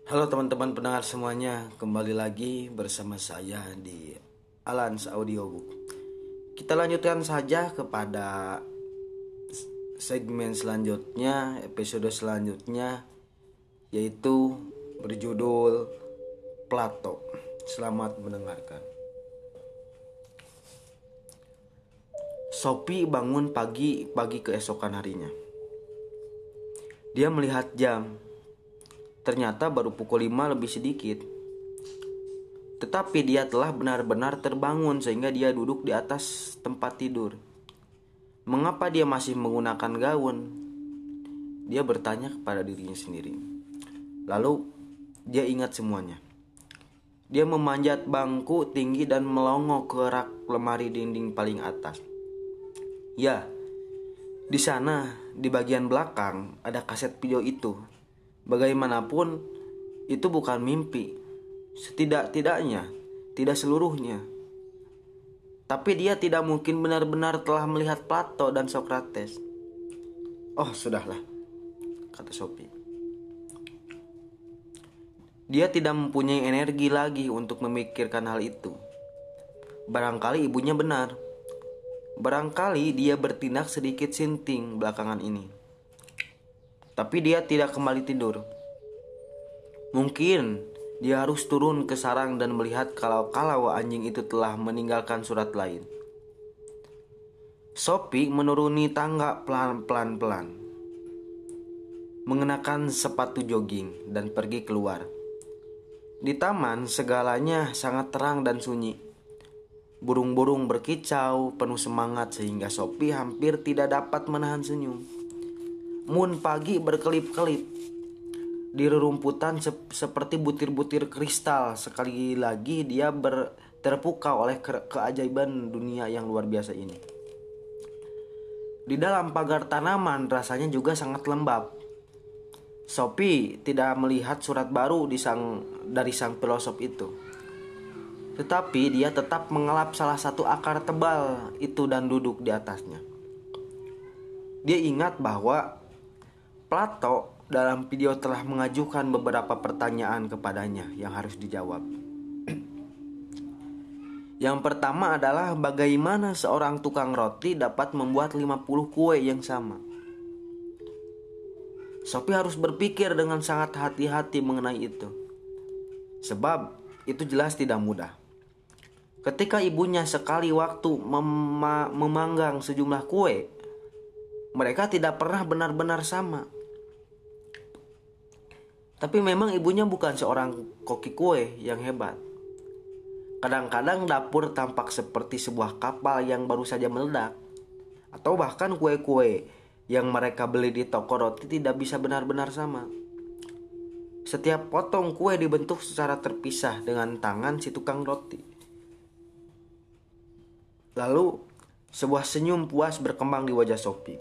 Halo teman-teman pendengar semuanya, kembali lagi bersama saya di Alans Audiobook. Kita lanjutkan saja kepada segmen selanjutnya, episode selanjutnya, yaitu berjudul Plato. Selamat mendengarkan. Sophie bangun pagi keesokan harinya. Dia melihat jam. Ternyata baru pukul 5 lebih sedikit. Tetapi dia telah benar-benar terbangun sehingga dia duduk di atas tempat tidur. Mengapa dia masih menggunakan gaun? Dia bertanya kepada dirinya sendiri. Lalu dia ingat semuanya. Dia memanjat bangku tinggi dan melongo ke rak lemari dinding paling atas. Ya, di sana di bagian belakang ada kaset video itu. Bagaimanapun, itu bukan mimpi. Setidak-tidaknya, tidak seluruhnya. Tapi dia tidak mungkin benar-benar telah melihat Plato dan Socrates. Oh, sudahlah, kata Sophie. Dia tidak mempunyai energi lagi untuk memikirkan hal itu. Barangkali ibunya benar. Barangkali dia bertindak sedikit sinting belakangan ini. Tapi dia tidak kembali tidur. Mungkin dia harus turun ke sarang dan melihat kalau anjing itu telah meninggalkan surat lain. Sophie menuruni tangga pelan-pelan, mengenakan sepatu jogging dan pergi keluar. Di taman segalanya sangat terang dan sunyi. Burung-burung berkicau penuh semangat sehingga Sophie hampir tidak dapat menahan senyum. Moon pagi berkelip-kelip di rerumputan seperti butir-butir kristal. Sekali lagi dia terpukau oleh keajaiban dunia yang luar biasa ini. Di dalam pagar tanaman rasanya juga sangat lembab. Sophie tidak melihat surat baru dari sang filosof itu. Tetapi dia tetap mengelap salah satu akar tebal itu dan duduk di atasnya. Dia ingat bahwa Plato dalam video telah mengajukan beberapa pertanyaan kepadanya yang harus dijawab. Yang pertama adalah bagaimana seorang tukang roti dapat membuat 50 kue yang sama. Sophie harus berpikir dengan sangat hati-hati mengenai itu. Sebab itu jelas tidak mudah. Ketika ibunya sekali waktu memanggang sejumlah kue, mereka tidak pernah benar-benar sama. Tapi memang ibunya bukan seorang koki kue yang hebat. Kadang-kadang dapur tampak seperti sebuah kapal yang baru saja meledak. Atau bahkan kue-kue yang mereka beli di toko roti tidak bisa benar-benar sama. Setiap potong kue dibentuk secara terpisah dengan tangan si tukang roti. Lalu sebuah senyum puas berkembang di wajah Sophie.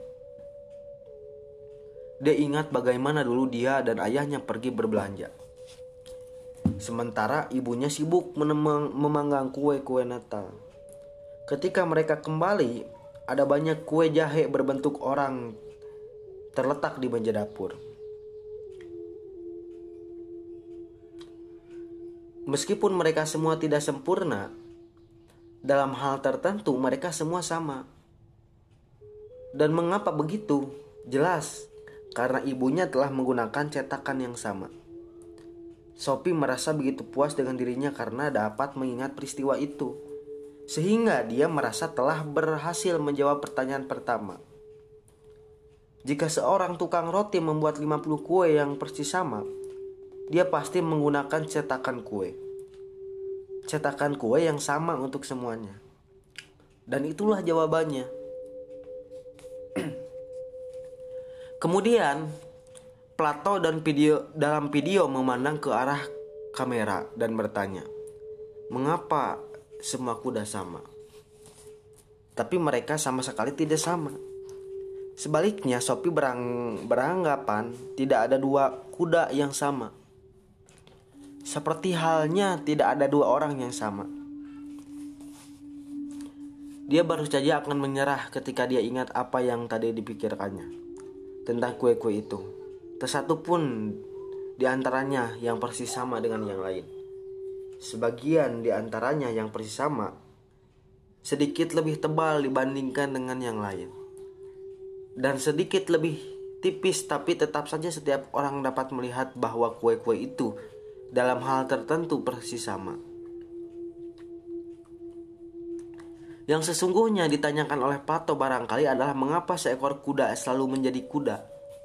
Dia ingat bagaimana dulu dia dan ayahnya pergi berbelanja. Sementara ibunya sibuk memanggang kue-kue Natal. Ketika mereka kembali, ada banyak kue jahe berbentuk orang terletak di meja dapur. Meskipun mereka semua tidak sempurna, dalam hal tertentu mereka semua sama. Dan mengapa begitu? Jelas, karena ibunya telah menggunakan cetakan yang sama. Sophie merasa begitu puas dengan dirinya karena dapat mengingat peristiwa itu. Sehingga dia merasa telah berhasil menjawab pertanyaan pertama. Jika seorang tukang roti membuat 50 kue yang persis sama, dia pasti menggunakan cetakan kue. Cetakan kue yang sama untuk semuanya. Dan itulah jawabannya. Kemudian Plato dalam video memandang ke arah kamera dan bertanya, "Mengapa semua kuda sama?" Tapi mereka sama sekali tidak sama. Sebaliknya Sophie beranggapan tidak ada dua kuda yang sama. Seperti halnya tidak ada dua orang yang sama. Dia baru saja akan menyerah ketika dia ingat apa yang tadi dipikirkannya tentang kue-kue itu. Tersatu pun di antaranya yang persis sama dengan yang lain. Sebagian di antaranya yang persis sama sedikit lebih tebal dibandingkan dengan yang lain, dan sedikit lebih tipis, tapi tetap saja setiap orang dapat melihat bahwa kue-kue itu dalam hal tertentu persis sama. Yang sesungguhnya ditanyakan oleh Plato barangkali adalah mengapa seekor kuda selalu menjadi kuda,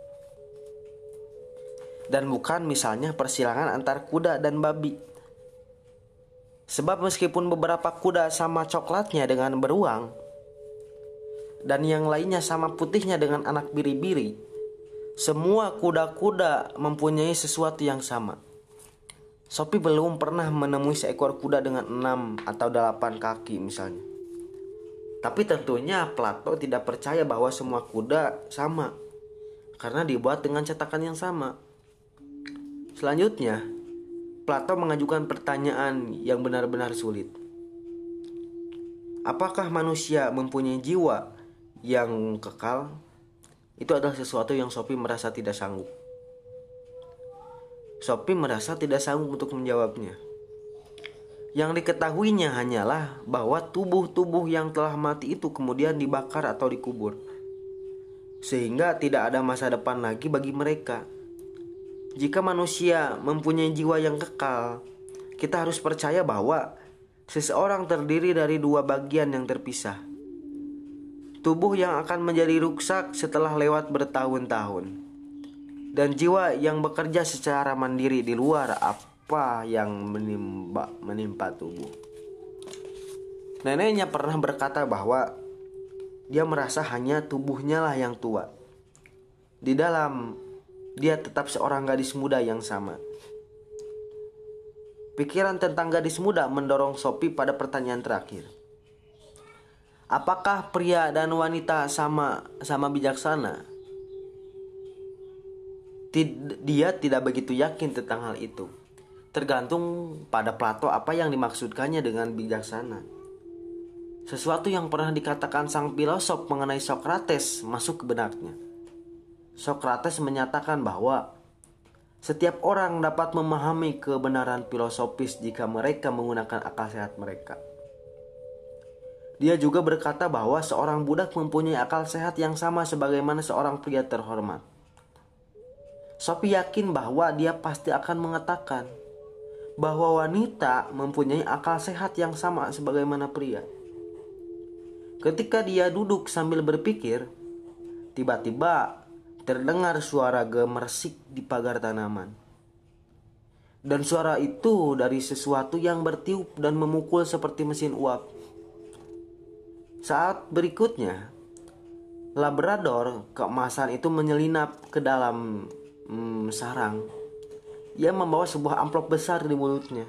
dan bukan misalnya persilangan antar kuda dan babi. Sebab meskipun beberapa kuda sama coklatnya dengan beruang, dan yang lainnya sama putihnya dengan anak biri-biri, semua kuda-kuda mempunyai sesuatu yang sama. Sophie belum pernah menemui seekor kuda dengan 6 atau 8 kaki misalnya. Tapi tentunya Plato tidak percaya bahwa semua kuda sama, karena dibuat dengan cetakan yang sama. Selanjutnya, Plato mengajukan pertanyaan yang benar-benar sulit. Apakah manusia mempunyai jiwa yang kekal? Itu adalah sesuatu yang Sophie merasa tidak sanggup. Sophie merasa tidak sanggup untuk menjawabnya. Yang diketahuinya hanyalah bahwa tubuh-tubuh yang telah mati itu kemudian dibakar atau dikubur, sehingga tidak ada masa depan lagi bagi mereka. Jika manusia mempunyai jiwa yang kekal, kita harus percaya bahwa seseorang terdiri dari 2 bagian yang terpisah. Tubuh yang akan menjadi rusak setelah lewat bertahun-tahun, dan jiwa yang bekerja secara mandiri di luar apa yang menimpa tubuh. Neneknya pernah berkata bahwa dia merasa hanya tubuhnya lah yang tua. Di dalam, dia tetap seorang gadis muda yang sama. Pikiran tentang gadis muda mendorong Sophie pada pertanyaan terakhir. Apakah pria dan wanita sama bijaksana? Dia tidak begitu yakin tentang hal itu. Tergantung pada Plato apa yang dimaksudkannya dengan bijaksana. Sesuatu yang pernah dikatakan sang filosof mengenai Socrates masuk ke benaknya. Socrates menyatakan bahwa setiap orang dapat memahami kebenaran filosofis jika mereka menggunakan akal sehat mereka. Dia juga berkata bahwa seorang budak mempunyai akal sehat yang sama sebagaimana seorang pria terhormat. Sophie yakin bahwa dia pasti akan mengatakan bahwa wanita mempunyai akal sehat yang sama sebagaimana pria. Ketika dia duduk sambil berpikir, tiba-tiba terdengar suara gemersik di pagar tanaman. Dan suara itu dari sesuatu yang bertiup dan memukul seperti mesin uap. Saat berikutnya, Labrador keemasan itu menyelinap ke dalam sarang. Ia membawa sebuah amplop besar di mulutnya.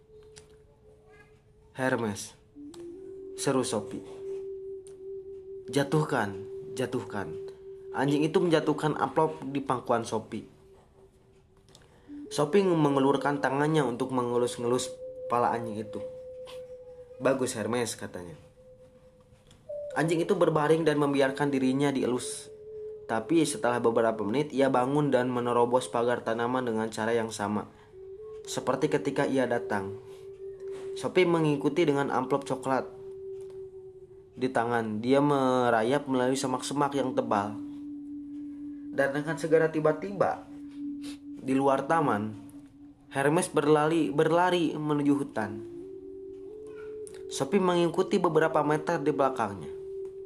Hermes, seru Sophie. Jatuhkan. Anjing itu menjatuhkan amplop di pangkuan Sophie. Sophie mengelurkan tangannya untuk mengelus-ngelus kepala anjing itu. Bagus Hermes, katanya. Anjing itu berbaring dan membiarkan dirinya dielus. Tapi setelah beberapa menit ia bangun dan menerobos pagar tanaman dengan cara yang sama, seperti ketika ia datang. Sophie mengikuti dengan amplop coklat di tangan. Dia merayap melalui semak-semak yang tebal. Dan dengan segera tiba-tiba di luar taman, Hermes berlari menuju hutan. Sophie mengikuti beberapa meter di belakangnya.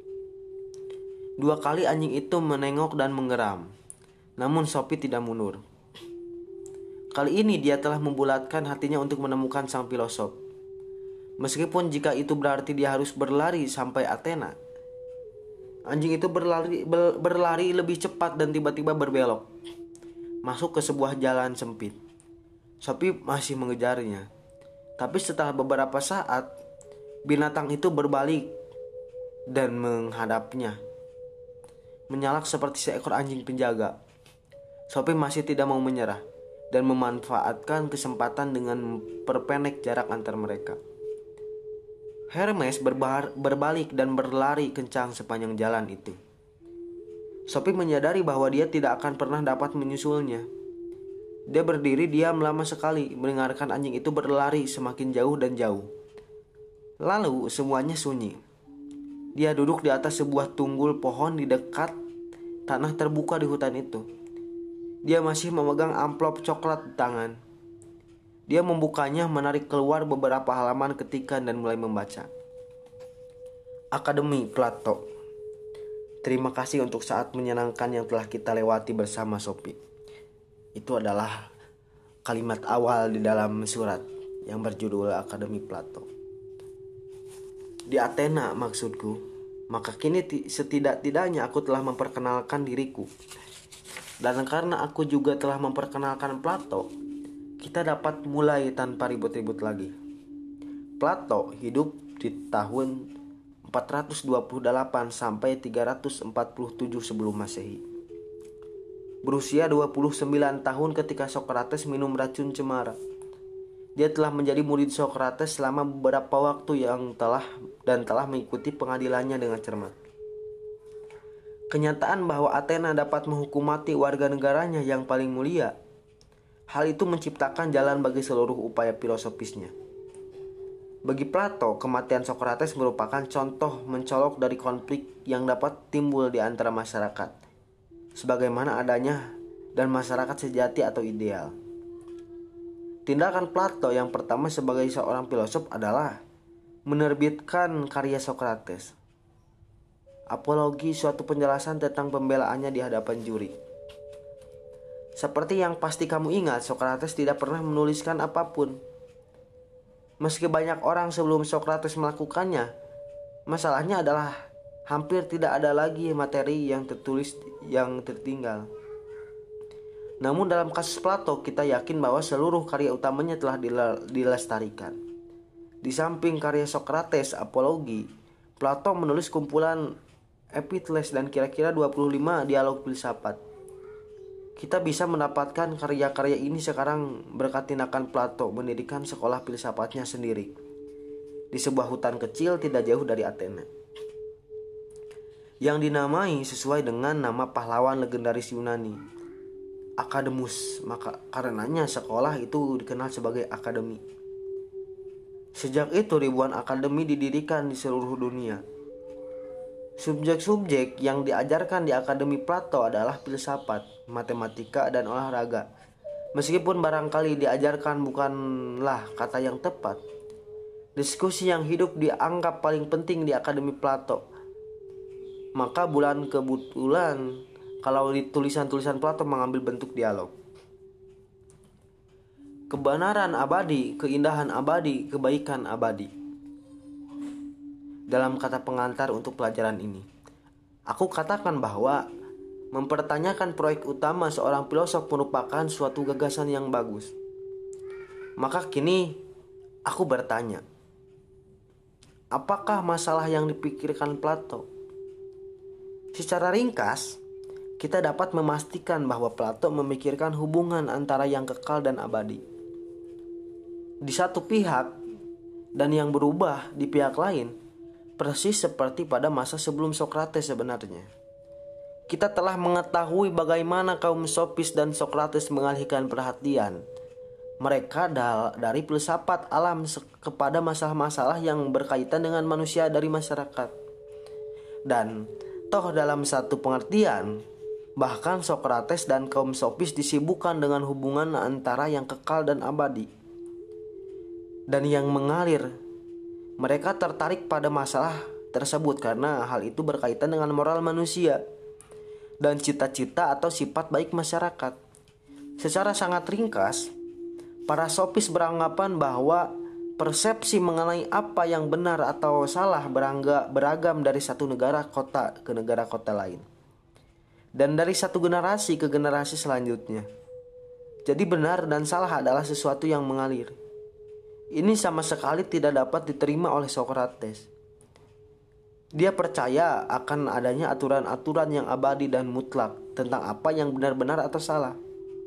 2 kali anjing itu menengok dan menggeram. Namun Sophie tidak mundur. Kali ini dia telah membulatkan hatinya untuk menemukan sang filosof. Meskipun jika itu berarti dia harus berlari sampai Athena. Anjing itu berlari lebih cepat dan tiba-tiba berbelok, masuk ke sebuah jalan sempit. Sophie masih mengejarnya. Tapi setelah beberapa saat, binatang itu berbalik dan menghadapnya, menyalak seperti seekor anjing penjaga. Sophie masih tidak mau menyerah dan memanfaatkan kesempatan dengan memperpendek jarak antar mereka. Hermes berbalik dan berlari kencang sepanjang jalan itu. Sophie menyadari bahwa dia tidak akan pernah dapat menyusulnya. Dia berdiri diam lama sekali, mendengarkan anjing itu berlari semakin jauh dan jauh. Lalu semuanya sunyi. Dia duduk di atas sebuah tunggul pohon di dekat tanah terbuka di hutan itu. Dia masih memegang amplop coklat di tangan. Dia membukanya, menarik keluar beberapa halaman ketikan dan mulai membaca. Akademi Plato. Terima kasih untuk saat menyenangkan yang telah kita lewati bersama, Sophie. Itu adalah kalimat awal di dalam surat yang berjudul Akademi Plato. Di Athena maksudku, maka kini setidak-tidaknya aku telah memperkenalkan diriku. Dan karena aku juga telah memperkenalkan Plato, kita dapat mulai tanpa ribut-ribut lagi. Plato hidup di tahun 428 sampai 347 sebelum Masehi. Berusia 29 tahun ketika Sokrates minum racun cemara. Dia telah menjadi murid Sokrates selama beberapa waktu telah mengikuti pengadilannya dengan cermat. Kenyataan bahwa Athena dapat menghukum mati warga negaranya yang paling mulia, hal itu menciptakan jalan bagi seluruh upaya filosofisnya. Bagi Plato, kematian Sokrates merupakan contoh mencolok dari konflik yang dapat timbul di antara masyarakat, sebagaimana adanya dan masyarakat sejati atau ideal. Tindakan Plato yang pertama sebagai seorang filosof adalah menerbitkan karya Sokrates, Apologi, suatu penjelasan tentang pembelaannya di hadapan juri. Seperti yang pasti kamu ingat, Sokrates tidak pernah menuliskan apapun. Meski banyak orang sebelum Sokrates melakukannya, masalahnya adalah hampir tidak ada lagi materi yang tertulis yang tertinggal. Namun dalam kasus Plato, kita yakin bahwa seluruh karya utamanya telah dilestarikan. Di samping karya Sokrates, Apologi, Plato menulis kumpulan Epictetus dan kira-kira 25 dialog filsafat. Kita bisa mendapatkan karya-karya ini sekarang berkat tindakan Plato mendirikan sekolah filsafatnya sendiri di sebuah hutan kecil tidak jauh dari Athena, yang dinamai sesuai dengan nama pahlawan legendaris Yunani, Akademus. Maka karenanya sekolah itu dikenal sebagai akademi. Sejak itu ribuan akademi didirikan di seluruh dunia. Subjek-subjek yang diajarkan di Akademi Plato adalah filsafat, matematika, dan olahraga. Meskipun barangkali diajarkan bukanlah kata yang tepat, diskusi yang hidup dianggap paling penting di Akademi Plato. Maka bulan kebetulan kalau di tulisan-tulisan Plato mengambil bentuk dialog. Kebenaran abadi, keindahan abadi, kebaikan abadi. Dalam kata pengantar untuk pelajaran ini, aku katakan bahwa mempertanyakan proyek utama seorang filosof merupakan suatu gagasan yang bagus. Maka kini aku bertanya, apakah masalah yang dipikirkan Plato? Secara ringkas, kita dapat memastikan bahwa Plato memikirkan hubungan antara yang kekal dan abadi di satu pihak dan yang berubah di pihak lain, persis seperti pada masa sebelum Sokrates sebenarnya. Kita telah mengetahui bagaimana kaum Sofis dan Sokrates mengalihkan perhatian mereka dari filsafat alam kepada masalah-masalah yang berkaitan dengan manusia dari masyarakat. Dan toh dalam satu pengertian, bahkan Sokrates dan kaum Sofis disibukkan dengan hubungan antara yang kekal dan abadi dan yang mengalir. Mereka tertarik pada masalah tersebut karena hal itu berkaitan dengan moral manusia dan cita-cita atau sifat baik masyarakat. Secara sangat ringkas, para sofis beranggapan bahwa persepsi mengenai apa yang benar atau salah beragam dari satu negara kota ke negara kota lain, dan dari satu generasi ke generasi selanjutnya. Jadi benar dan salah adalah sesuatu yang mengalir. Ini sama sekali tidak dapat diterima oleh Sokrates. Dia percaya akan adanya aturan-aturan yang abadi dan mutlak tentang apa yang benar-benar atau salah.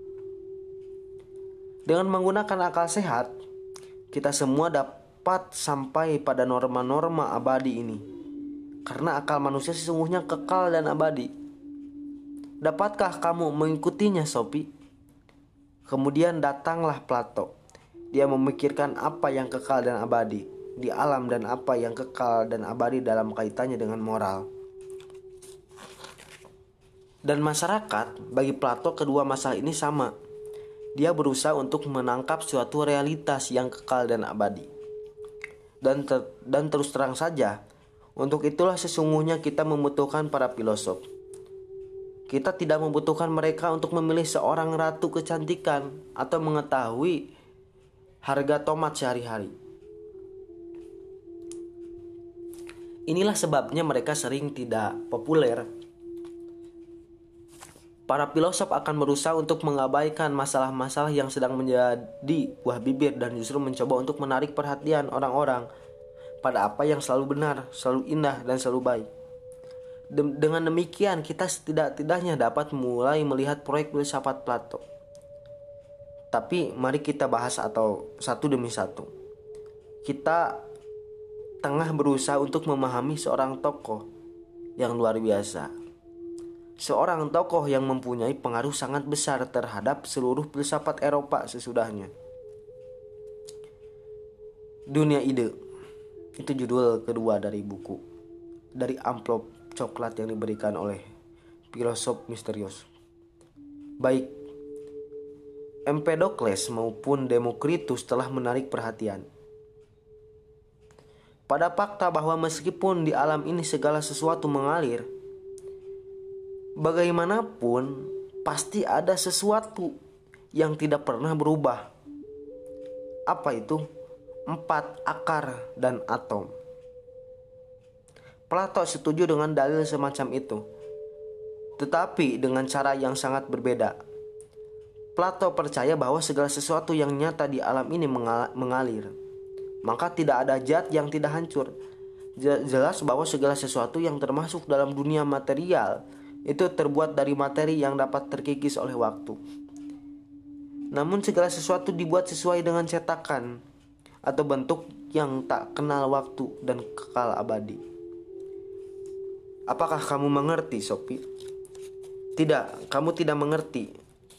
Dengan menggunakan akal sehat, kita semua dapat sampai pada norma-norma abadi ini, karena akal manusia sesungguhnya kekal dan abadi. Dapatkah kamu mengikutinya, Sophie? Kemudian datanglah Plato. Dia memikirkan apa yang kekal dan abadi di alam dan apa yang kekal dan abadi dalam kaitannya dengan moral. Dan masyarakat, bagi Plato kedua masalah ini sama. Dia berusaha untuk menangkap suatu realitas yang kekal dan abadi. Dan terus terang saja, untuk itulah sesungguhnya kita membutuhkan para filosof. Kita tidak membutuhkan mereka untuk memilih seorang ratu kecantikan atau mengetahui harga tomat sehari-hari. Inilah sebabnya mereka sering tidak populer. Para filosof akan berusaha untuk mengabaikan masalah-masalah yang sedang menjadi buah bibir dan justru mencoba untuk menarik perhatian orang-orang pada apa yang selalu benar, selalu indah, dan selalu baik. Dengan demikian kita setidak-tidaknya dapat mulai melihat proyek filsafat Plato. Tapi mari kita bahas atau satu demi satu. Kita tengah berusaha untuk memahami seorang tokoh yang luar biasa. Seorang tokoh yang mempunyai pengaruh sangat besar terhadap seluruh filsafat Eropa sesudahnya. Dunia Ide. Itu judul kedua dari buku. Dari amplop coklat yang diberikan oleh filosof misterius. Baik Empedokles maupun Demokritus telah menarik perhatian pada fakta bahwa meskipun di alam ini segala sesuatu mengalir, bagaimanapun pasti ada sesuatu yang tidak pernah berubah. Apa itu? 4 akar dan atom. Plato setuju dengan dalil semacam itu, tetapi dengan cara yang sangat berbeda. Plato percaya bahwa segala sesuatu yang nyata di alam ini mengalir. Maka tidak ada zat yang tidak hancur. Jelas bahwa segala sesuatu yang termasuk dalam dunia material itu terbuat dari materi yang dapat terkikis oleh waktu. Namun segala sesuatu dibuat sesuai dengan cetakan atau bentuk yang tak kenal waktu dan kekal abadi. Apakah kamu mengerti, Sophie? Tidak, kamu tidak mengerti.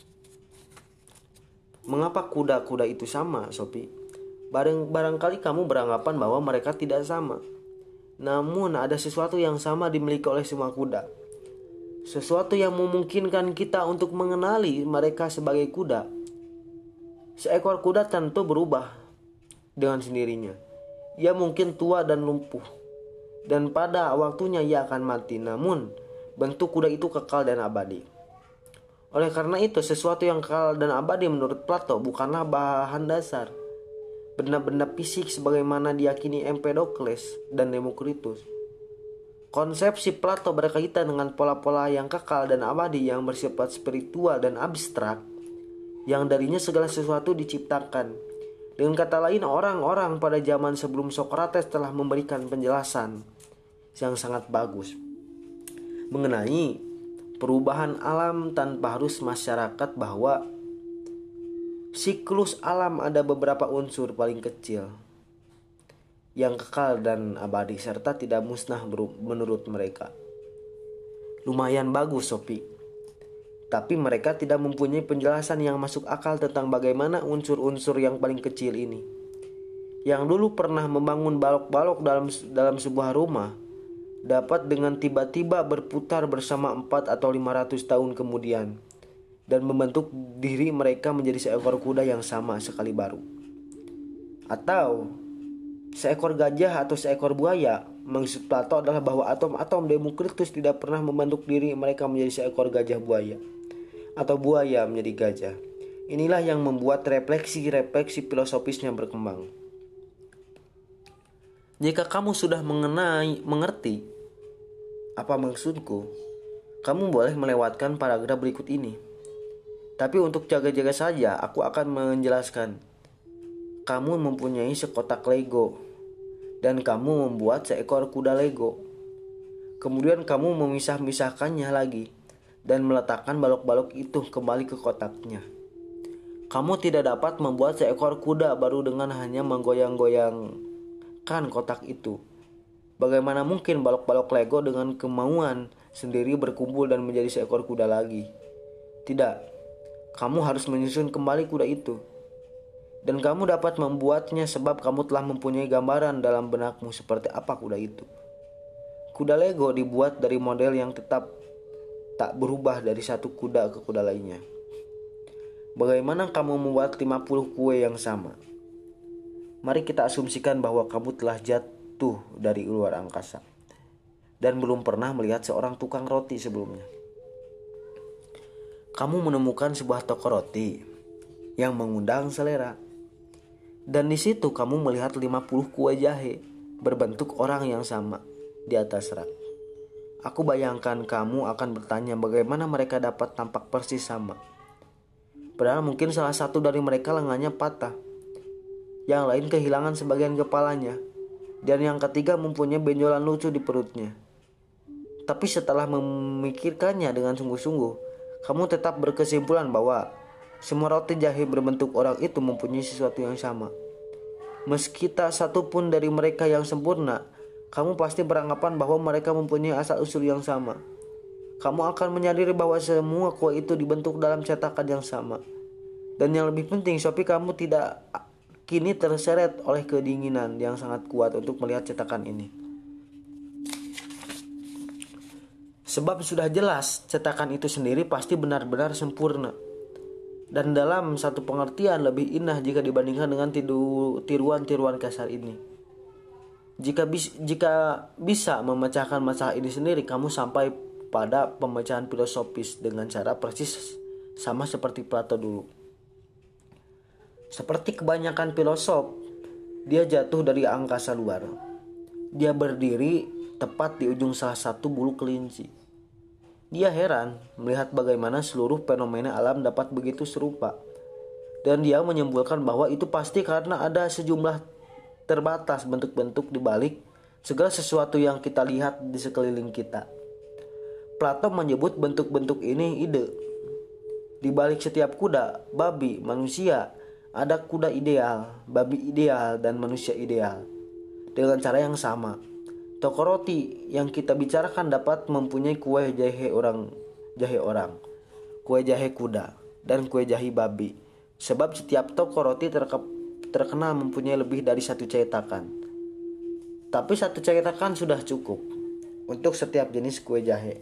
Mengapa kuda-kuda itu sama, Sophie? Barangkali kamu beranggapan bahwa mereka tidak sama. Namun ada sesuatu yang sama dimiliki oleh semua kuda. Sesuatu yang memungkinkan kita untuk mengenali mereka sebagai kuda. Seekor kuda tentu berubah dengan sendirinya. Ia mungkin tua dan lumpuh, dan pada waktunya ia akan mati. Namun bentuk kuda itu kekal dan abadi. Oleh karena itu, sesuatu yang kekal dan abadi menurut Plato bukanlah bahan dasar benda-benda fisik sebagaimana diyakini Empedokles dan Demokritus. Konsepsi Plato berkaitan dengan pola-pola yang kekal dan abadi yang bersifat spiritual dan abstrak, yang darinya segala sesuatu diciptakan. Dengan kata lain, orang-orang pada zaman sebelum Sokrates telah memberikan penjelasan yang sangat bagus mengenai perubahan alam tanpa harus masyarakat, bahwa siklus alam ada beberapa unsur paling kecil yang kekal dan abadi serta tidak musnah menurut mereka. Lumayan bagus, Sophie. Tapi mereka tidak mempunyai penjelasan yang masuk akal tentang bagaimana unsur-unsur yang paling kecil ini, yang dulu pernah membangun balok-balok dalam sebuah rumah, dapat dengan tiba-tiba berputar bersama 4 atau 500 tahun kemudian dan membentuk diri mereka menjadi seekor kuda yang sama sekali baru. Atau seekor gajah atau seekor buaya. Maksud Plato adalah bahwa atom-atom Demokritus tidak pernah membentuk diri mereka menjadi seekor gajah buaya atau buaya menjadi gajah. Inilah yang membuat refleksi filosofisnya berkembang. Jika kamu sudah mengerti apa maksudku, kamu boleh melewatkan paragraf berikut ini. Tapi untuk jaga-jaga saja, aku akan menjelaskan. Kamu mempunyai sekotak Lego, dan kamu membuat seekor kuda Lego. Kemudian kamu memisah-misahkannya lagi, dan meletakkan balok-balok itu kembali ke kotaknya. Kamu tidak dapat membuat seekor kuda baru dengan hanya menggoyang-goyangkan kotak itu. Bagaimana mungkin balok-balok Lego dengan kemauan sendiri berkumpul dan menjadi seekor kuda lagi? Tidak. kamu harus menyusun kembali kuda itu. Dan kamu dapat membuatnya sebab kamu telah mempunyai gambaran dalam benakmu seperti apa kuda itu. Kuda Lego dibuat dari model yang tetap tak berubah dari satu kuda ke kuda lainnya. Bagaimana kamu membuat 50 kue yang sama? Mari kita asumsikan bahwa kamu telah jatuh dari luar angkasa dan belum pernah melihat seorang tukang roti sebelumnya. Kamu menemukan sebuah toko roti yang mengundang selera. Dan di situ kamu melihat 50 kue jahe berbentuk orang yang sama di atas rak. Aku bayangkan kamu akan bertanya bagaimana mereka dapat tampak persis sama. Padahal mungkin salah satu dari mereka lengannya patah, yang lain kehilangan sebagian kepalanya, dan yang ketiga mempunyai benjolan lucu di perutnya. Tapi setelah memikirkannya dengan sungguh-sungguh, kamu tetap berkesimpulan bahwa semua roti jahe berbentuk orang itu mempunyai sesuatu yang sama. Meski tak satu pun dari mereka yang sempurna, kamu pasti beranggapan bahwa mereka mempunyai asal-usul yang sama. Kamu akan menyadari bahwa semua kue itu dibentuk dalam cetakan yang sama. Dan yang lebih penting, Sophie, kamu tidak kini terseret oleh kedinginan yang sangat kuat untuk melihat cetakan ini. Sebab sudah jelas cetakan itu sendiri pasti benar-benar sempurna. Dan dalam satu pengertian lebih indah jika dibandingkan dengan tiruan-tiruan kasar ini. Jika bisa memecahkan masalah ini sendiri, kamu sampai pada pemecahan filosofis dengan cara persis sama seperti Plato dulu. Seperti kebanyakan filosof, dia jatuh dari angkasa luar. Dia berdiri tepat di ujung salah satu bulu kelinci. Dia heran melihat bagaimana seluruh fenomena alam dapat begitu serupa. Dan dia menyimpulkan bahwa itu pasti karena ada sejumlah terbatas bentuk-bentuk di balik segala sesuatu yang kita lihat di sekeliling kita. Plato menyebut bentuk-bentuk ini ide. Di balik setiap kuda, babi, manusia, ada kuda ideal, babi ideal, dan manusia ideal. Dengan cara yang sama, toko roti yang kita bicarakan dapat mempunyai kue jahe orang, kue jahe kuda, dan kue jahe babi. Sebab setiap toko roti terkenal mempunyai lebih dari satu cetakan. Tapi satu cetakan sudah cukup untuk setiap jenis kue jahe.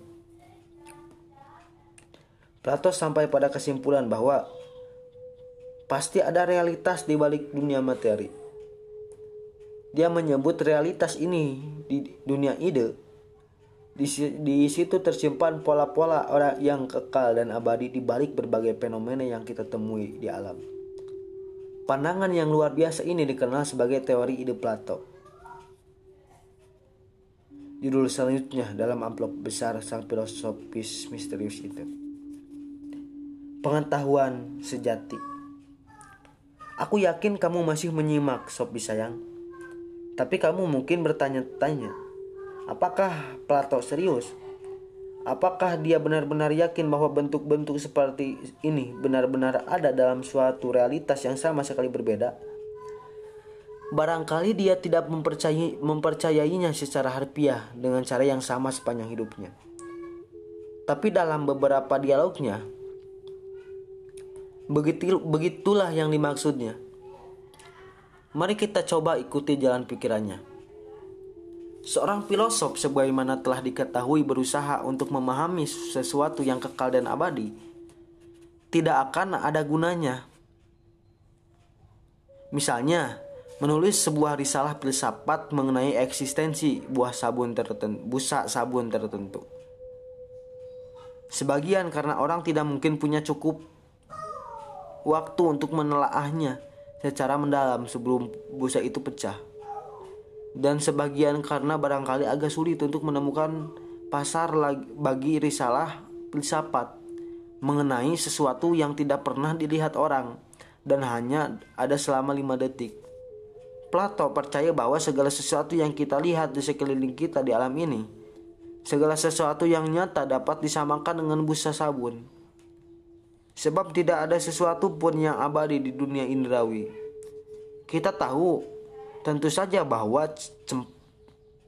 Plato sampai pada kesimpulan bahwa pasti ada realitas di balik dunia materi. Dia menyebut realitas ini di dunia ide. Di situ tersimpan pola-pola orang yang kekal dan abadi di balik berbagai fenomena yang kita temui di alam. Pandangan yang luar biasa ini dikenal sebagai teori ide Plato. Judul selanjutnya dalam amplop besar sang filosofis misterius itu. Pengetahuan sejati. Aku yakin kamu masih menyimak, Sophie sayang. Tapi kamu mungkin bertanya-tanya, apakah Plato serius? Apakah dia benar-benar yakin bahwa bentuk-bentuk seperti ini benar-benar ada dalam suatu realitas yang sama sekali berbeda? Barangkali dia tidak mempercayainya secara harfiah dengan cara yang sama sepanjang hidupnya. Tapi dalam beberapa dialognya, begitulah yang dimaksudnya. Mari kita coba ikuti jalan pikirannya. Seorang filosof sebagaimana telah diketahui berusaha untuk memahami sesuatu yang kekal dan abadi, tidak akan ada gunanya. Misalnya, menulis sebuah risalah filsafat mengenai eksistensi busa sabun tertentu. Sebagian karena orang tidak mungkin punya cukup waktu untuk menelaahnya secara mendalam sebelum busa itu pecah. Dan sebagian karena barangkali agak sulit untuk menemukan pasar bagi risalah filsafat mengenai sesuatu yang tidak pernah dilihat orang dan hanya ada selama 5 detik. Plato percaya bahwa segala sesuatu yang kita lihat di sekeliling kita di alam ini, segala sesuatu yang nyata dapat disamakan dengan busa sabun. Sebab tidak ada sesuatu pun yang abadi di dunia indrawi. Kita tahu tentu saja bahwa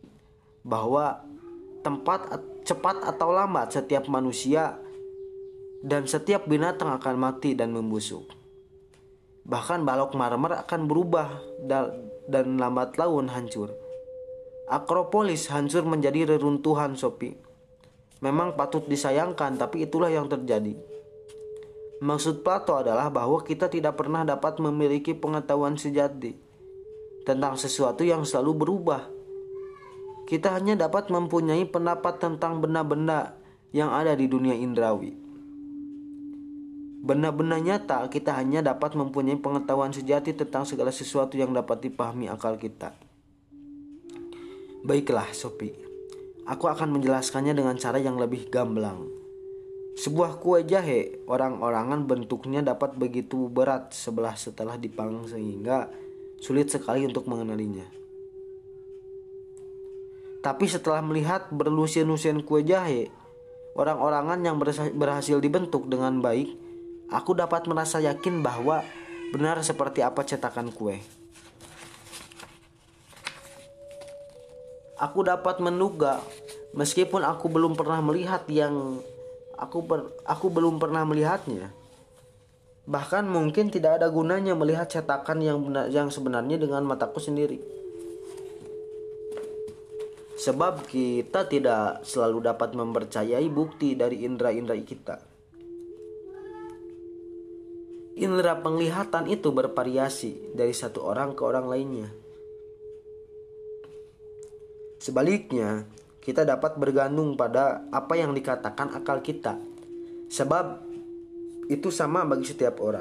cepat atau lambat setiap manusia dan setiap binatang akan mati dan membusuk. Bahkan balok marmer akan berubah dan lambat laun hancur. Akropolis hancur menjadi reruntuhan, Sophie. Memang patut disayangkan, tapi itulah yang terjadi. Maksud Plato adalah bahwa kita tidak pernah dapat memiliki pengetahuan sejati tentang sesuatu yang selalu berubah. Kita hanya dapat mempunyai pendapat tentang benda-benda yang ada di dunia indrawi. Benda-benda nyata, kita hanya dapat mempunyai pengetahuan sejati tentang segala sesuatu yang dapat dipahami akal kita. Baiklah, Sophie. Aku akan menjelaskannya dengan cara yang lebih gamblang. Sebuah kue jahe orang-orangan bentuknya dapat begitu berat setelah dipanggang sehingga sulit sekali untuk mengenalinya. Tapi setelah melihat berlusian-lusian kue jahe orang-orangan yang berhasil dibentuk dengan baik, aku dapat merasa yakin bahwa benar seperti apa cetakan kue. Aku dapat menduga, meskipun aku belum pernah melihat aku belum pernah melihatnya. Bahkan mungkin tidak ada gunanya melihat cetakan yang sebenarnya dengan mataku sendiri. Sebab kita tidak selalu dapat mempercayai bukti dari indera-indera kita. Indera penglihatan itu bervariasi dari satu orang ke orang lainnya. Sebaliknya, kita dapat bergantung pada apa yang dikatakan akal kita, sebab itu sama bagi setiap orang.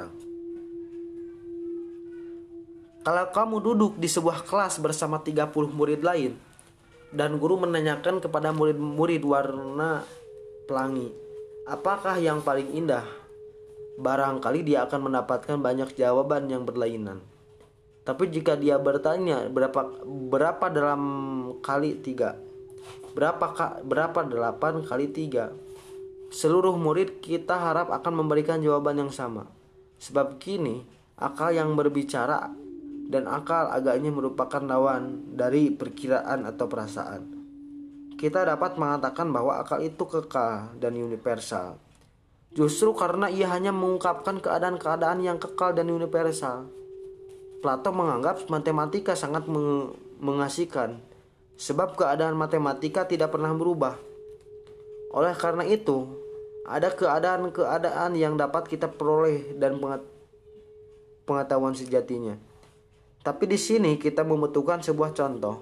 Kalau kamu duduk di sebuah kelas bersama 30 murid lain, dan guru menanyakan kepada murid-murid warna pelangi, apakah yang paling indah? Barangkali dia akan mendapatkan banyak jawaban yang berlainan. Tapi jika dia bertanya berapa dalam kali 3, berapa 8 kali 3, seluruh murid kita harap akan memberikan jawaban yang sama. Sebab kini akal yang berbicara dan akal agaknya merupakan lawan dari perkiraan atau perasaan. Kita dapat mengatakan bahwa akal itu kekal dan universal, justru karena ia hanya mengungkapkan keadaan-keadaan yang kekal dan universal. Plato menganggap matematika sangat mengasihkan, sebab keadaan matematika tidak pernah berubah. Oleh karena itu, ada keadaan-keadaan yang dapat kita peroleh dan pengetahuan sejatinya. Tapi di sini kita membutuhkan sebuah contoh.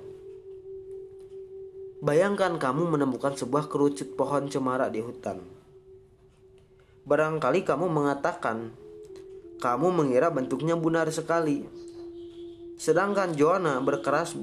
Bayangkan kamu menemukan sebuah kerucut pohon cemara di hutan. Barangkali kamu mengatakan, kamu mengira bentuknya bundar sekali. Sedangkan Joanna berkeras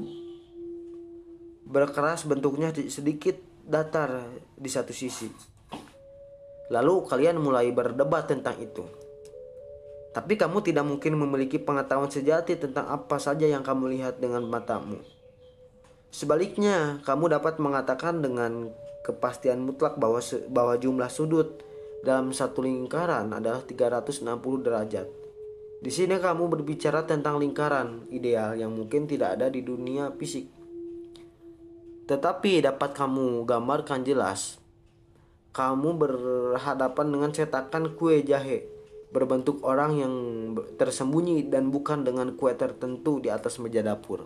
bentuknya sedikit datar di satu sisi. Lalu kalian mulai berdebat tentang itu. Tapi kamu tidak mungkin memiliki pengetahuan sejati tentang apa saja yang kamu lihat dengan matamu. Sebaliknya, kamu dapat mengatakan dengan kepastian mutlak bahwa jumlah sudut dalam satu lingkaran adalah 360 derajat. Di sini kamu berbicara tentang lingkaran ideal yang mungkin tidak ada di dunia fisik. Tetapi dapat kamu gambarkan jelas. Kamu berhadapan dengan cetakan kue jahe berbentuk orang yang tersembunyi dan bukan dengan kue tertentu di atas meja dapur.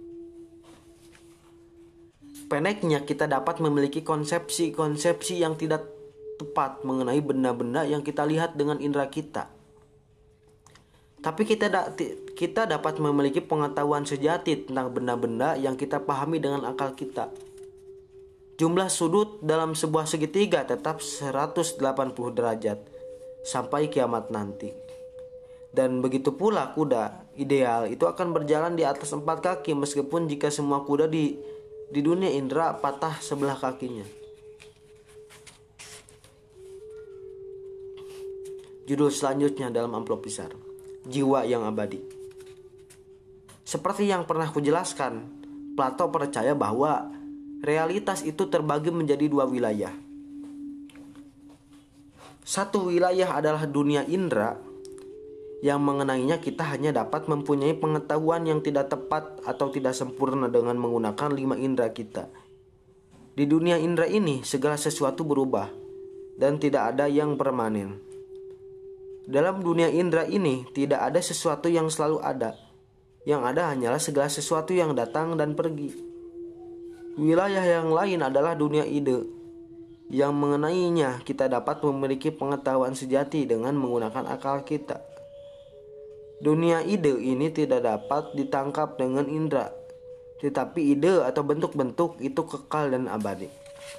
Pendeknya, kita dapat memiliki konsepsi-konsepsi yang tidak tepat mengenai benda-benda yang kita lihat dengan indera kita. Tapi kita dapat memiliki pengetahuan sejati tentang benda-benda yang kita pahami dengan akal kita. Jumlah sudut dalam sebuah segitiga tetap 180 derajat sampai kiamat nanti. Dan begitu pula kuda ideal itu akan berjalan di atas 4 kaki meskipun jika semua kuda di dunia indera patah sebelah kakinya. Judul selanjutnya dalam amplop besar, jiwa yang abadi. Seperti yang pernah kujelaskan, Plato percaya bahwa realitas itu terbagi menjadi 2 wilayah. Satu wilayah adalah dunia indera, yang mengenainya kita hanya dapat mempunyai pengetahuan yang tidak tepat atau tidak sempurna dengan menggunakan 5 indera kita. Di dunia indera ini segala sesuatu berubah. dan tidak ada yang permanen. Dalam dunia indera ini tidak ada sesuatu yang selalu ada. Yang ada hanyalah segala sesuatu yang datang dan pergi. Wilayah yang lain adalah dunia ide. Yang mengenainya kita dapat memiliki pengetahuan sejati dengan menggunakan akal kita. Dunia ide ini tidak dapat ditangkap dengan indera, tetapi ide atau bentuk-bentuk itu kekal dan abadi.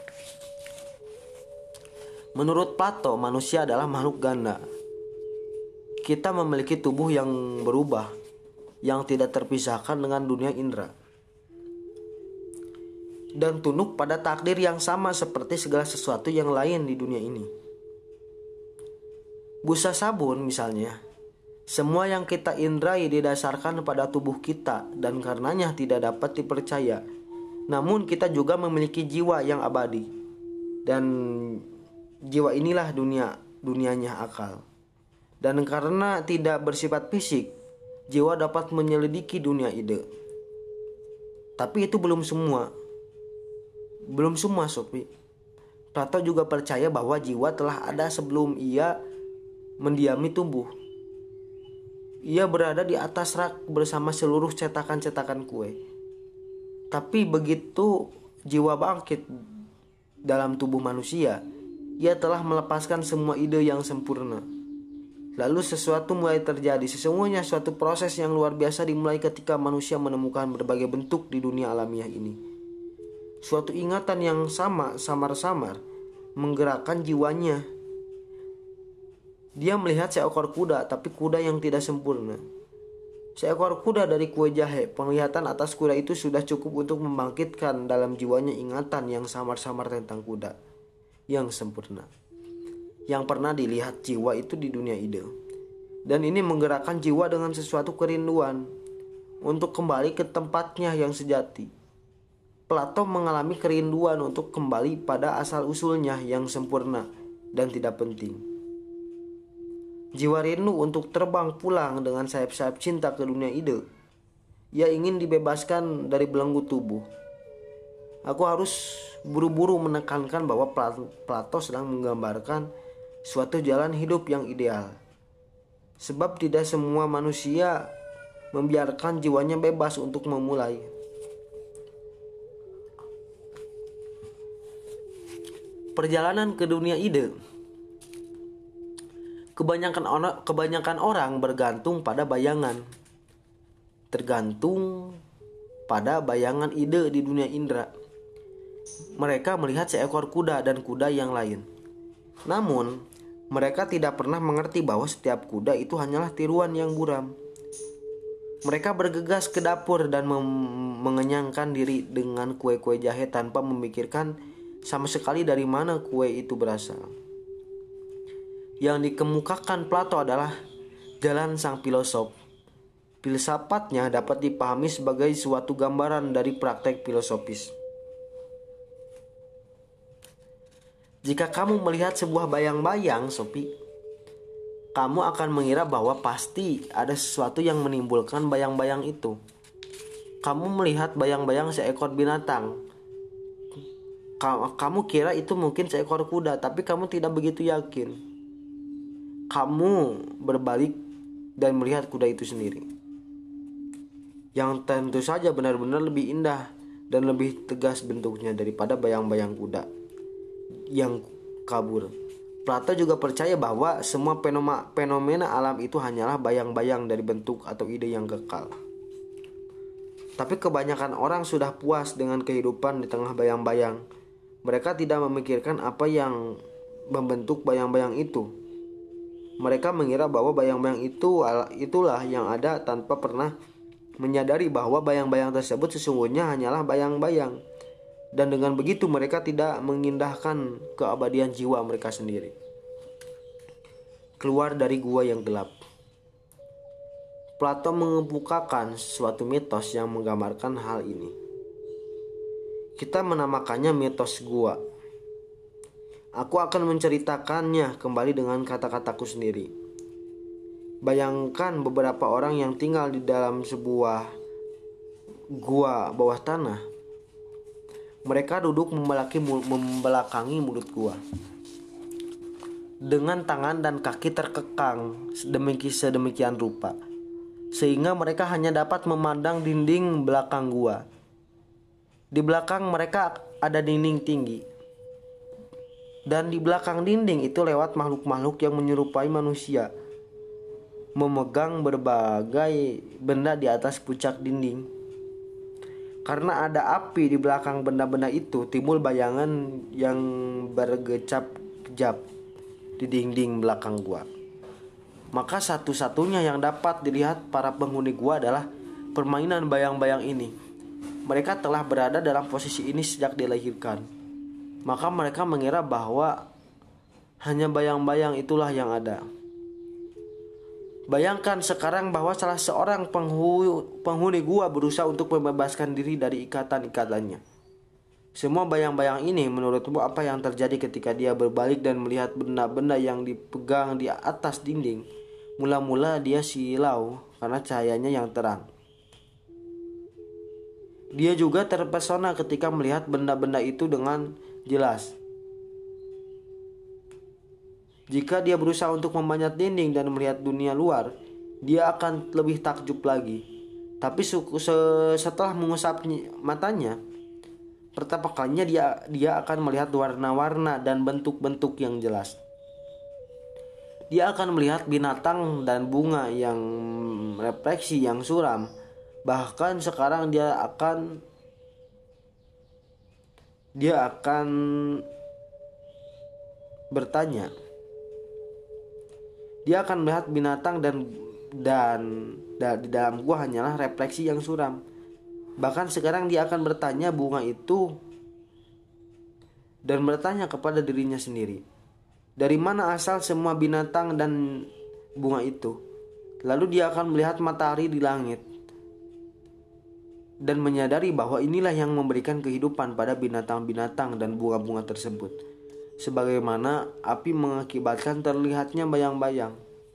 Menurut Plato, manusia adalah makhluk ganda. Kita memiliki tubuh yang berubah, yang tidak terpisahkan dengan dunia indera, dan tunduk pada takdir yang sama seperti segala sesuatu yang lain di dunia ini. Busa sabun misalnya, semua yang kita indrai didasarkan pada tubuh kita dan karenanya tidak dapat dipercaya. Namun kita juga memiliki jiwa yang abadi, dan jiwa inilah dunianya akal. Dan karena tidak bersifat fisik, jiwa dapat menyelidiki dunia ide. Tapi itu belum semua. Belum semua, Sophie. Plato juga percaya bahwa jiwa telah ada sebelum ia mendiami tubuh. Ia berada di atas rak bersama seluruh cetakan-cetakan kue. Tapi begitu jiwa bangkit dalam tubuh manusia, ia telah melepaskan semua ide yang sempurna. Lalu sesuatu mulai terjadi. Sesungguhnya suatu proses yang luar biasa dimulai ketika manusia menemukan berbagai bentuk di dunia alamiah ini. Suatu ingatan yang samar-samar menggerakkan jiwanya. Dia melihat seekor kuda, tapi kuda yang tidak sempurna. Seekor kuda dari kue jahe. Penglihatan atas kuda itu sudah cukup untuk membangkitkan dalam jiwanya ingatan yang samar-samar tentang kuda yang sempurna, yang pernah dilihat jiwa itu di dunia ide. Dan ini menggerakkan jiwa dengan sesuatu kerinduan untuk kembali ke tempatnya yang sejati. Plato mengalami kerinduan untuk kembali pada asal-usulnya yang sempurna dan tidak penting. Jiwa rindu untuk terbang pulang dengan sayap-sayap cinta ke dunia ide. Ia ingin dibebaskan dari belenggu tubuh. Aku harus buru-buru menekankan bahwa Plato sedang menggambarkan suatu jalan hidup yang ideal. Sebab tidak semua manusia membiarkan jiwanya bebas untuk memulai. Perjalanan ke dunia ide. Kebanyakan orang bergantung pada bayangan. Tergantung pada bayangan ide di dunia indera. Mereka melihat seekor kuda dan kuda yang lain. Namun, mereka tidak pernah mengerti bahwa setiap kuda itu hanyalah tiruan yang buram. Mereka bergegas ke dapur dan mengenyangkan diri dengan kue-kue jahe tanpa memikirkan sama sekali dari mana kue itu berasal. Yang dikemukakan Plato adalah jalan sang filosof. Filsafatnya dapat dipahami sebagai suatu gambaran dari praktek filosofis. Jika kamu melihat sebuah bayang-bayang, Sophie, kamu akan mengira bahwa pasti ada sesuatu yang menimbulkan bayang-bayang itu. Kamu melihat bayang-bayang seekor binatang. Kamu kira itu mungkin seekor kuda, tapi kamu tidak begitu yakin. Kamu berbalik dan melihat kuda itu sendiri, yang tentu saja benar-benar lebih indah dan lebih tegas bentuknya daripada bayang-bayang kuda yang kabur. Plato juga percaya bahwa semua fenomena alam itu hanyalah bayang-bayang dari bentuk atau ide yang kekal. Tapi kebanyakan orang sudah puas dengan kehidupan di tengah bayang-bayang. Mereka tidak memikirkan apa yang membentuk bayang-bayang itu. Mereka mengira bahwa bayang-bayang itulah yang ada tanpa pernah menyadari bahwa bayang-bayang tersebut sesungguhnya hanyalah bayang-bayang. Dan dengan begitu mereka tidak mengindahkan keabadian jiwa mereka sendiri. Keluar dari gua yang gelap. Plato mengemukakan suatu mitos yang menggambarkan hal ini. Kita menamakannya mitos gua. Aku akan menceritakannya kembali dengan kata-kataku sendiri. Bayangkan beberapa orang yang tinggal di dalam sebuah gua bawah tanah. Mereka duduk membelakangi mulut gua. dengan tangan dan kaki terkekang sedemikian rupa, sehingga mereka hanya dapat memandang dinding belakang gua. Di belakang mereka ada dinding tinggi, dan di belakang dinding itu lewat makhluk-makhluk yang menyerupai manusia, memegang berbagai benda di atas puncak dinding. Karena ada api di belakang benda-benda itu, timbul bayangan yang bergejap-gejap di dinding belakang gua. Maka satu-satunya yang dapat dilihat para penghuni gua adalah permainan bayang-bayang ini. Mereka telah berada dalam posisi ini sejak dilahirkan. Maka mereka mengira bahwa hanya bayang-bayang itulah yang ada. Bayangkan sekarang bahwa salah seorang penghuni gua berusaha untuk membebaskan diri dari ikatan-ikatannya. Semua bayang-bayang ini, menurutmu apa yang terjadi ketika dia berbalik dan melihat benda-benda yang dipegang di atas dinding? Mula-mula dia silau karena cahayanya yang terang. Dia juga terpesona ketika melihat benda-benda itu dengan jelas. Jika dia berusaha untuk memanjat dinding dan melihat dunia luar, dia akan lebih takjub lagi. Tapi setelah mengusap matanya, pertama kalinya dia akan melihat warna-warna dan bentuk-bentuk yang jelas. Dia akan melihat binatang dan bunga yang refleksi yang suram. Bahkan sekarang dia akan bertanya. Dia akan melihat binatang dan di dalam gua hanyalah refleksi yang suram. Bahkan sekarang dia akan bertanya bunga itu dan bertanya kepada dirinya sendiri, dari mana asal semua binatang dan bunga itu? Lalu dia akan melihat matahari di langit dan menyadari bahwa inilah yang memberikan kehidupan pada binatang-binatang dan bunga-bunga tersebut. Sebagaimana api mengakibatkan terlihatnya bayang-bayang.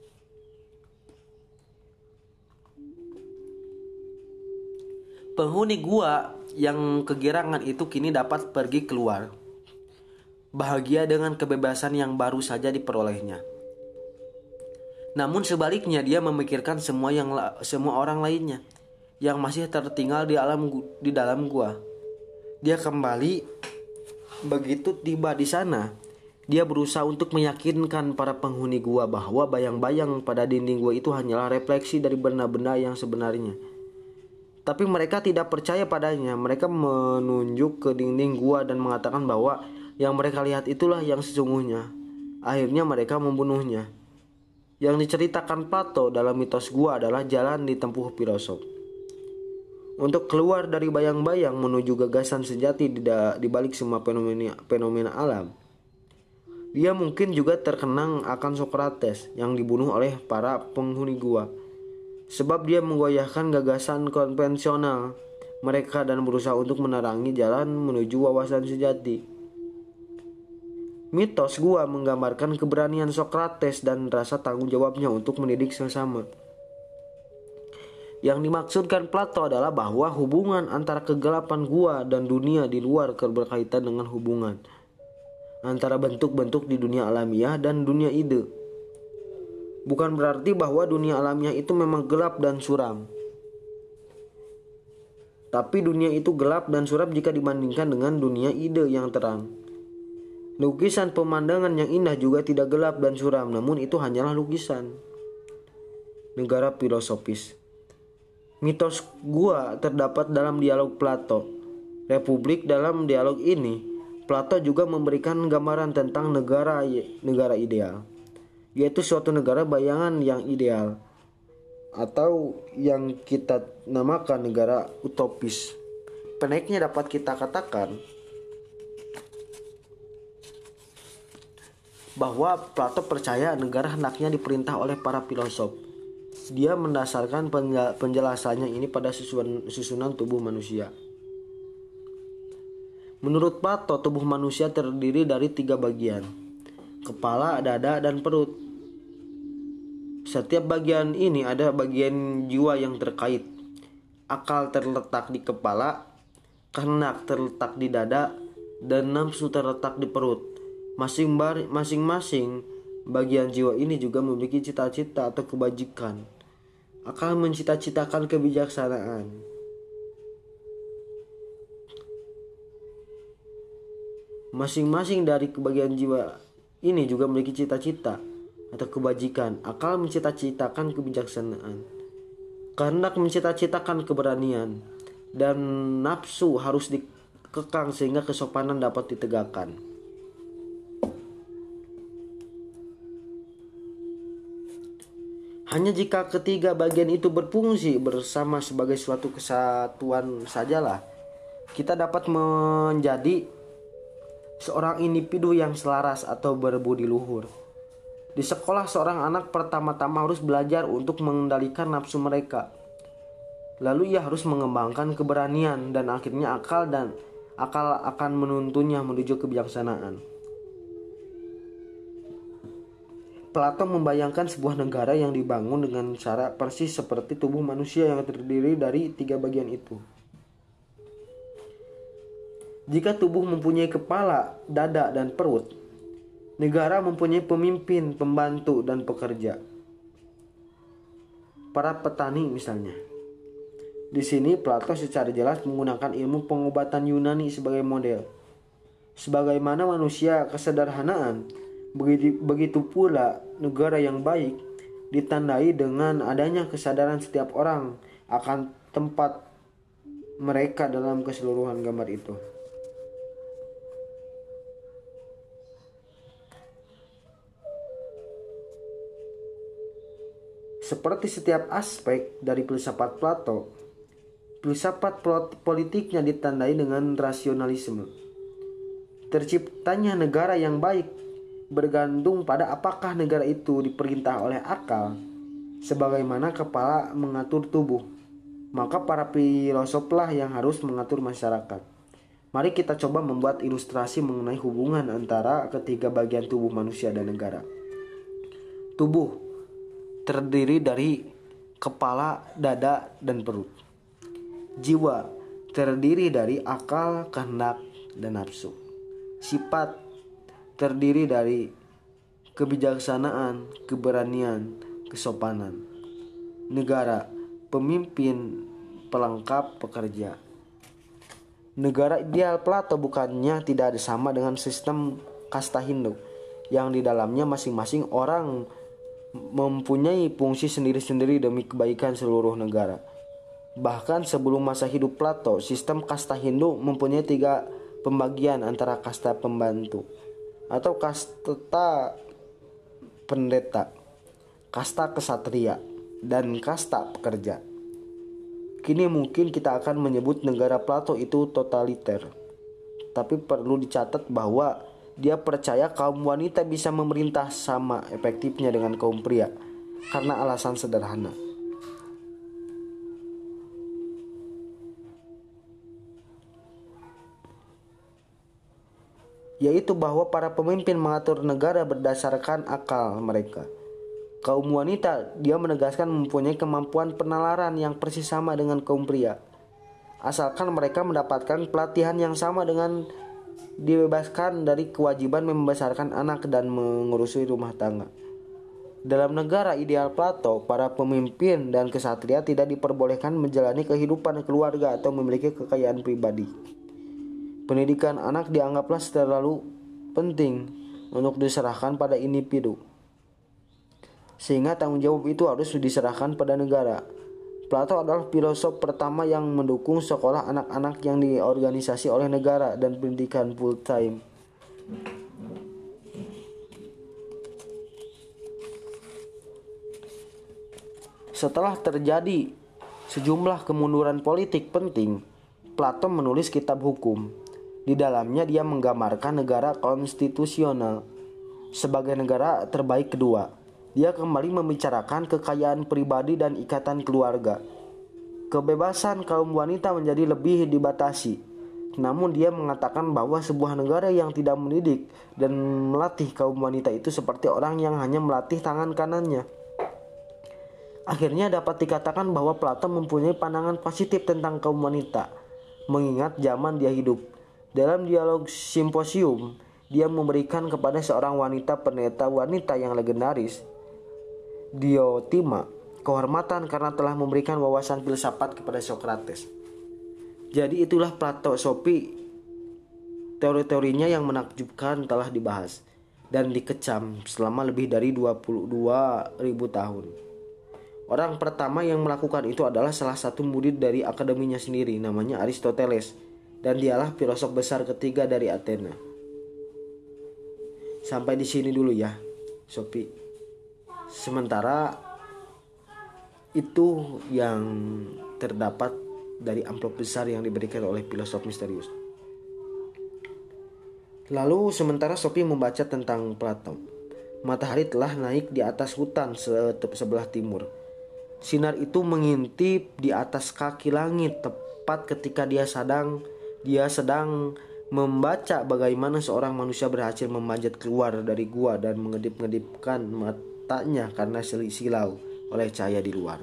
Penghuni gua yang kegirangan itu kini dapat pergi keluar, bahagia dengan kebebasan yang baru saja diperolehnya. Namun sebaliknya dia memikirkan semua orang lainnya yang masih tertinggal di dalam gua. Dia kembali. Begitu tiba di sana, dia berusaha untuk meyakinkan para penghuni gua bahwa bayang-bayang pada dinding gua itu hanyalah refleksi dari benda-benda yang sebenarnya. Tapi mereka tidak percaya padanya. Mereka menunjuk ke dinding gua dan mengatakan bahwa yang mereka lihat itulah yang sesungguhnya. Akhirnya mereka membunuhnya. Yang diceritakan Plato dalam mitos gua adalah jalan ditempuh filosof untuk keluar dari bayang-bayang menuju gagasan sejati di balik semua fenomena alam. Dia mungkin juga terkenang akan Socrates yang dibunuh oleh para penghuni gua, sebab dia menggoyahkan gagasan konvensional mereka dan berusaha untuk menerangi jalan menuju wawasan sejati. Mitos gua menggambarkan keberanian Socrates dan rasa tanggung jawabnya untuk mendidik sesama. Yang dimaksudkan Plato adalah bahwa hubungan antara kegelapan gua dan dunia di luar berkaitan dengan hubungan antara bentuk-bentuk di dunia alamiah dan dunia ide. Bukan berarti bahwa dunia alamiah itu memang gelap dan suram. Tapi dunia itu gelap dan suram jika dibandingkan dengan dunia ide yang terang. Lukisan pemandangan yang indah juga tidak gelap dan suram, namun itu hanyalah lukisan. Negara filosofis. Mitos gua terdapat dalam dialog Plato. Republik. Dalam dialog ini, Plato juga memberikan gambaran tentang negara ideal, yaitu suatu negara bayangan yang ideal, atau yang kita namakan negara utopis. Pendeknya dapat kita katakan bahwa Plato percaya negara hendaknya diperintah oleh para filosof. Dia mendasarkan penjelasannya ini pada susunan tubuh manusia. Menurut Plato, tubuh manusia terdiri dari 3 bagian: kepala, dada, dan perut. Setiap bagian ini ada bagian jiwa yang terkait. Akal terletak di kepala, kehendak terletak di dada, dan nafsu terletak di perut. Masing-masing Bagian jiwa ini juga memiliki cita-cita atau kebajikan. Akal mencita-citakan kebijaksanaan. Masing-masing dari kebagian jiwa ini juga memiliki cita-cita atau kebajikan. Akal mencita-citakan kebijaksanaan. Kehendak mencita-citakan keberanian. Dan nafsu harus dikekang sehingga kesopanan dapat ditegakkan. Hanya jika ketiga bagian itu berfungsi bersama sebagai suatu kesatuan sajalah kita dapat menjadi seorang individu yang selaras atau berbudi luhur. Di sekolah seorang anak pertama-tama harus belajar untuk mengendalikan nafsu mereka. Lalu ia harus mengembangkan keberanian dan akhirnya akal akan menuntunnya menuju kebijaksanaan. Plato membayangkan sebuah negara yang dibangun dengan cara persis seperti tubuh manusia yang terdiri dari 3 bagian itu. Jika tubuh mempunyai kepala, dada, dan perut, negara mempunyai pemimpin, pembantu, dan pekerja. Para petani misalnya. Di sini Plato secara jelas menggunakan ilmu pengobatan Yunani sebagai model. Sebagaimana manusia kesederhanaan, begitu pula negara yang baik ditandai dengan adanya kesadaran setiap orang akan tempat mereka dalam keseluruhan gambar itu. Seperti setiap aspek dari filsafat Plato, filsafat politiknya ditandai dengan rasionalisme. Terciptanya negara yang baik bergantung pada apakah negara itu diperintah oleh akal, sebagaimana kepala mengatur tubuh. Maka para filosoflah yang harus mengatur masyarakat. Mari kita coba membuat ilustrasi mengenai hubungan antara ketiga bagian tubuh manusia dan negara. Tubuh terdiri dari kepala, dada, dan perut. Jiwa terdiri dari akal, kehendak, dan nafsu. Sifat terdiri dari kebijaksanaan, keberanian, kesopanan. Negara, pemimpin, pelengkap, pekerja. Negara ideal Plato bukannya tidak sama dengan sistem kasta Hindu, yang di dalamnya masing-masing orang mempunyai fungsi sendiri-sendiri demi kebaikan seluruh negara. Bahkan sebelum masa hidup Plato, sistem kasta Hindu mempunyai 3 pembagian antara kasta pembantu atau kasta pendeta, kasta kesatria, dan kasta pekerja. Kini mungkin kita akan menyebut negara Plato itu totaliter. Tapi perlu dicatat bahwa dia percaya kaum wanita bisa memerintah sama efektifnya dengan kaum pria karena alasan sederhana. Yaitu bahwa para pemimpin mengatur negara berdasarkan akal mereka. Kaum wanita, dia menegaskan mempunyai kemampuan penalaran yang persis sama dengan kaum pria, asalkan mereka mendapatkan pelatihan yang sama dengan dibebaskan dari kewajiban membesarkan anak dan mengurusi rumah tangga. Dalam negara ideal Plato, para pemimpin dan kesatria tidak diperbolehkan menjalani kehidupan keluarga atau memiliki kekayaan pribadi. Pendidikan anak dianggaplah terlalu penting untuk diserahkan pada individu, sehingga tanggung jawab itu harus diserahkan pada negara. Plato adalah filosof pertama yang mendukung sekolah anak-anak yang diorganisasi oleh negara dan pendidikan full time. Setelah terjadi sejumlah kemunduran politik penting, Plato menulis kitab hukum. Di dalamnya dia menggambarkan negara konstitusional sebagai negara terbaik kedua. Dia kembali membicarakan kekayaan pribadi dan ikatan keluarga. Kebebasan kaum wanita menjadi lebih dibatasi. Namun dia mengatakan bahwa sebuah negara yang tidak mendidik dan melatih kaum wanita itu seperti orang yang hanya melatih tangan kanannya. Akhirnya dapat dikatakan bahwa Plato mempunyai pandangan positif tentang kaum wanita, mengingat zaman dia hidup. Dalam dialog simposium dia memberikan kepada seorang pendeta wanita yang legendaris, Diotima, kehormatan karena telah memberikan wawasan filsafat kepada Socrates. Jadi itulah Plato. Sophie, teori-teorinya yang menakjubkan telah dibahas dan dikecam selama lebih dari 22.000 tahun. Orang pertama yang melakukan itu adalah salah satu murid dari akademinya sendiri, namanya Aristoteles, dan dialah filosof besar ketiga dari Athena. Sampai di sini dulu ya, Sophie. Sementara itu yang terdapat dari amplop besar yang diberikan oleh filosof misterius. Lalu sementara Sophie membaca tentang Plato, matahari telah naik di atas hutan sebelah timur. Sinar itu mengintip di atas kaki langit tepat ketika dia sedang membaca bagaimana seorang manusia berhasil memanjat keluar dari gua dan mengedip-ngedipkan matanya karena silau oleh cahaya di luar.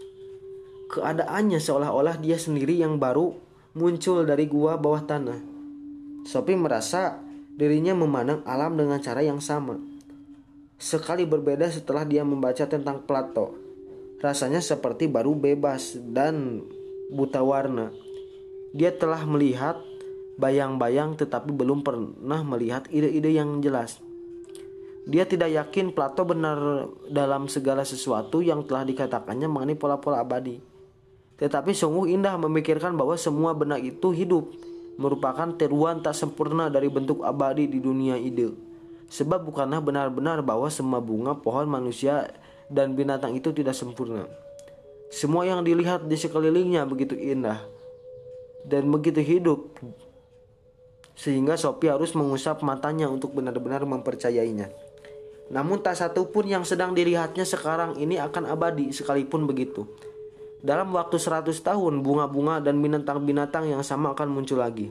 Keadaannya seolah-olah dia sendiri yang baru muncul dari gua bawah tanah. Sophie merasa dirinya memandang alam dengan cara yang sama. Sekali berbeda setelah dia membaca tentang Plato. Rasanya seperti baru bebas dan buta warna. Dia telah melihat bayang-bayang tetapi belum pernah melihat ide-ide yang jelas. Dia tidak yakin Plato benar dalam segala sesuatu yang telah dikatakannya mengenai pola-pola abadi. Tetapi sungguh indah memikirkan bahwa semua benda itu hidup, merupakan tiruan tak sempurna dari bentuk abadi di dunia ide. Sebab bukanlah benar-benar bahwa semua bunga, pohon, manusia, dan binatang itu tidak sempurna. Semua yang dilihat di sekelilingnya begitu indah dan begitu hidup, sehingga Sophie harus mengusap matanya untuk benar-benar mempercayainya. Namun tak satu pun yang sedang dilihatnya sekarang ini akan abadi. Sekalipun begitu, dalam waktu 100 tahun bunga-bunga dan binatang-binatang yang sama akan muncul lagi.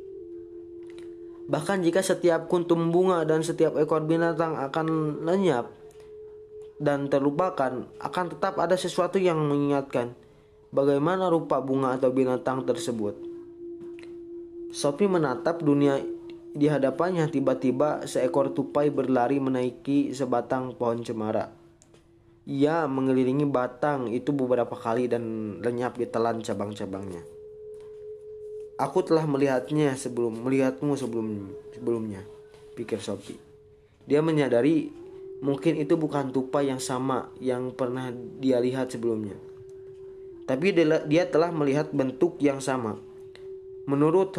Bahkan jika setiap kuntum bunga dan setiap ekor binatang akan lenyap dan terlupakan, akan tetap ada sesuatu yang mengingatkan bagaimana rupa bunga atau binatang tersebut. Sophie menatap dunia di hadapannya. Tiba-tiba seekor tupai berlari menaiki sebatang pohon cemara. Ia mengelilingi batang itu beberapa kali dan lenyap ditelan cabang-cabangnya. Aku telah melihatmu sebelumnya, pikir Sophie. Dia menyadari mungkin itu bukan tupai yang sama yang pernah dia lihat sebelumnya. Tapi dia telah melihat bentuk yang sama. Menurut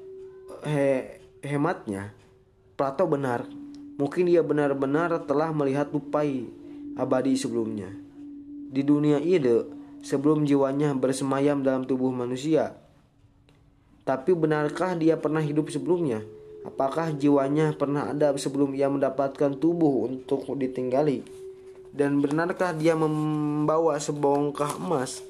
hematnya, Plato benar. Mungkin dia benar-benar telah melihat tupai abadi sebelumnya. Di dunia ide, sebelum jiwanya bersemayam dalam tubuh manusia. Tapi benarkah dia pernah hidup sebelumnya? Apakah jiwanya pernah ada sebelum ia mendapatkan tubuh untuk ditinggali? Dan benarkah dia membawa sebongkah emas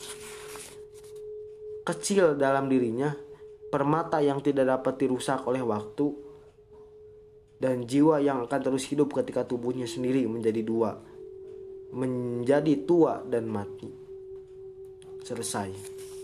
kecil dalam dirinya, permata yang tidak dapat dirusak oleh waktu, dan jiwa yang akan terus hidup ketika tubuhnya sendiri menjadi tua dan mati. Selesai.